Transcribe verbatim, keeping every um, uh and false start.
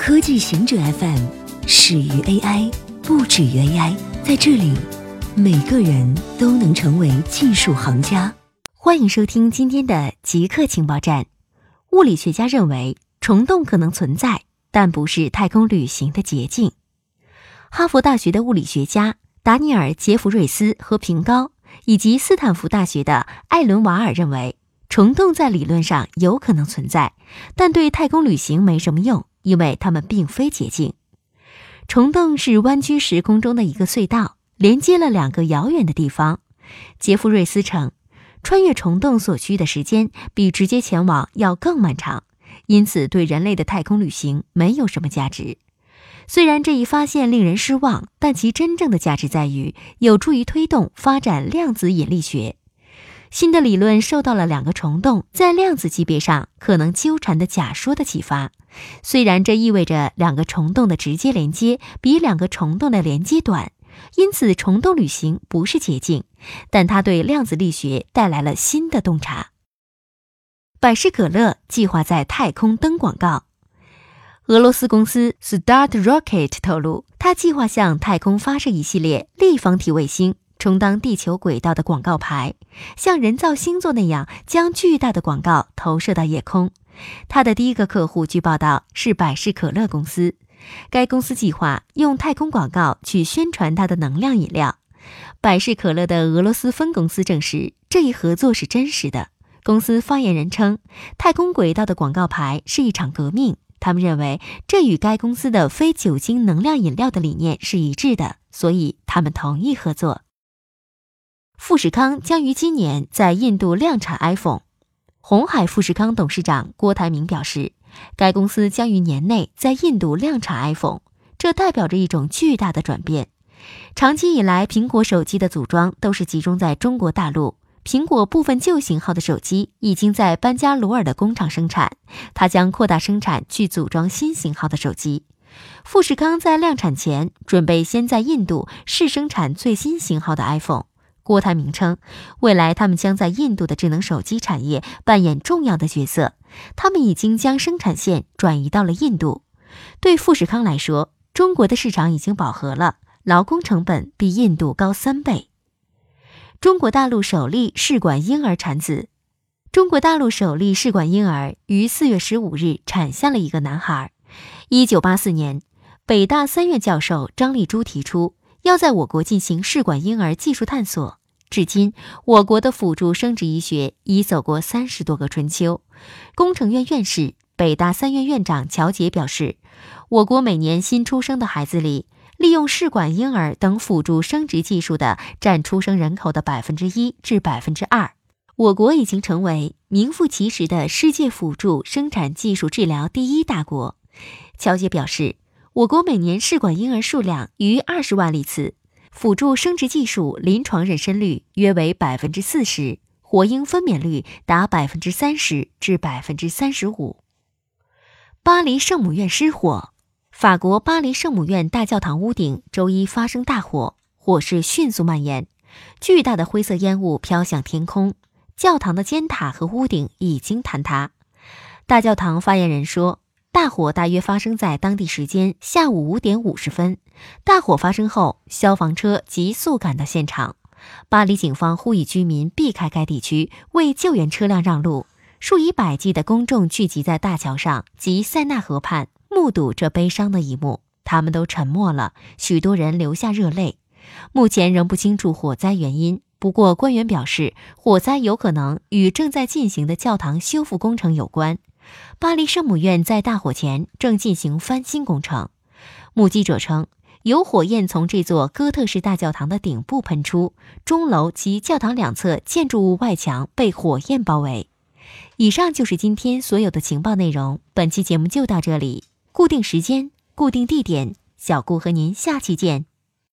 科技行者 F M 始于 A I， 不止于 A I。 在这里，每个人都能成为技术行家。欢迎收听今天的极客情报站。物理学家认为，虫洞可能存在，但不是太空旅行的捷径。哈佛大学的物理学家达尼尔·杰弗瑞斯和平高，以及斯坦福大学的艾伦·瓦尔认为，虫洞在理论上有可能存在，但对太空旅行没什么用，因为它们并非捷径。虫洞是弯曲时空中的一个隧道，连接了两个遥远的地方。杰弗瑞斯称，穿越虫洞所需的时间比直接前往要更漫长，因此对人类的太空旅行没有什么价值。虽然这一发现令人失望，但其真正的价值在于有助于推动发展量子引力学。新的理论受到了两个虫洞在量子级别上可能纠缠的假说的启发。虽然这意味着两个虫洞的直接连接比两个虫洞的连接短，因此虫洞旅行不是捷径，但它对量子力学带来了新的洞察。百事可乐计划在太空登广告。俄罗斯公司 Start Rocket 透露，它计划向太空发射一系列立方体卫星，充当地球轨道的广告牌，像人造星座那样将巨大的广告投射到夜空。它的第一个客户据报道是百事可乐公司，该公司计划用太空广告去宣传它的能量饮料。百事可乐的俄罗斯分公司证实，这一合作是真实的。公司发言人称，太空轨道的广告牌是一场革命，他们认为这与该公司的非酒精能量饮料的理念是一致的，所以他们同意合作。富士康将于今年在印度量产 iPhone。 鸿海富士康董事长郭台铭表示，该公司将于年内在印度量产 iPhone， 这代表着一种巨大的转变。长期以来，苹果手机的组装都是集中在中国大陆，苹果部分旧型号的手机已经在班加罗尔的工厂生产，它将扩大生产去组装新型号的手机。富士康在量产前准备先在印度试生产最新型号的 iPhone。郭台铭称，未来他们将在印度的智能手机产业扮演重要的角色，他们已经将生产线转移到了印度。对富士康来说，中国的市场已经饱和了，劳工成本比印度高三倍。中国大陆首例试管婴儿产子。中国大陆首例试管婴儿于四月十五日产下了一个男孩。一九八四年，北大三院教授张立珠提出要在我国进行试管婴儿技术探索。至今，我国的辅助生殖医学已走过三十多个春秋。工程院院士、北大三院院长乔杰表示，我国每年新出生的孩子里，利用试管婴儿等辅助生殖技术的占出生人口的百分之一至百分之二。我国已经成为名副其实的世界辅助生产技术治疗第一大国。乔杰表示，我国每年试管婴儿数量逾二十万例次，辅助生殖技术临床妊娠率约为百分之四十，活婴分娩率达百分之三十至百分之三十五。巴黎圣母院失火。法国巴黎圣母院大教堂屋顶周一发生大火，火势迅速蔓延，巨大的灰色烟雾飘向天空，教堂的尖塔和屋顶已经坍塌。大教堂发言人说，大火大约发生在当地时间下午五点五十分。大火发生后，消防车急速赶到现场。巴黎警方呼吁居民避开该地区，为救援车辆让路。数以百计的公众聚集在大桥上及塞纳河畔，目睹这悲伤的一幕。他们都沉默了，许多人流下热泪。目前仍不清楚火灾原因，不过官员表示，火灾有可能与正在进行的教堂修复工程有关。巴黎圣母院在大火前正进行翻新工程。目击者称，有火焰从这座哥特式大教堂的顶部喷出，钟楼及教堂两侧建筑物外墙被火焰包围。以上就是今天所有的情报内容，本期节目就到这里。固定时间，固定地点，小顾和您下期见。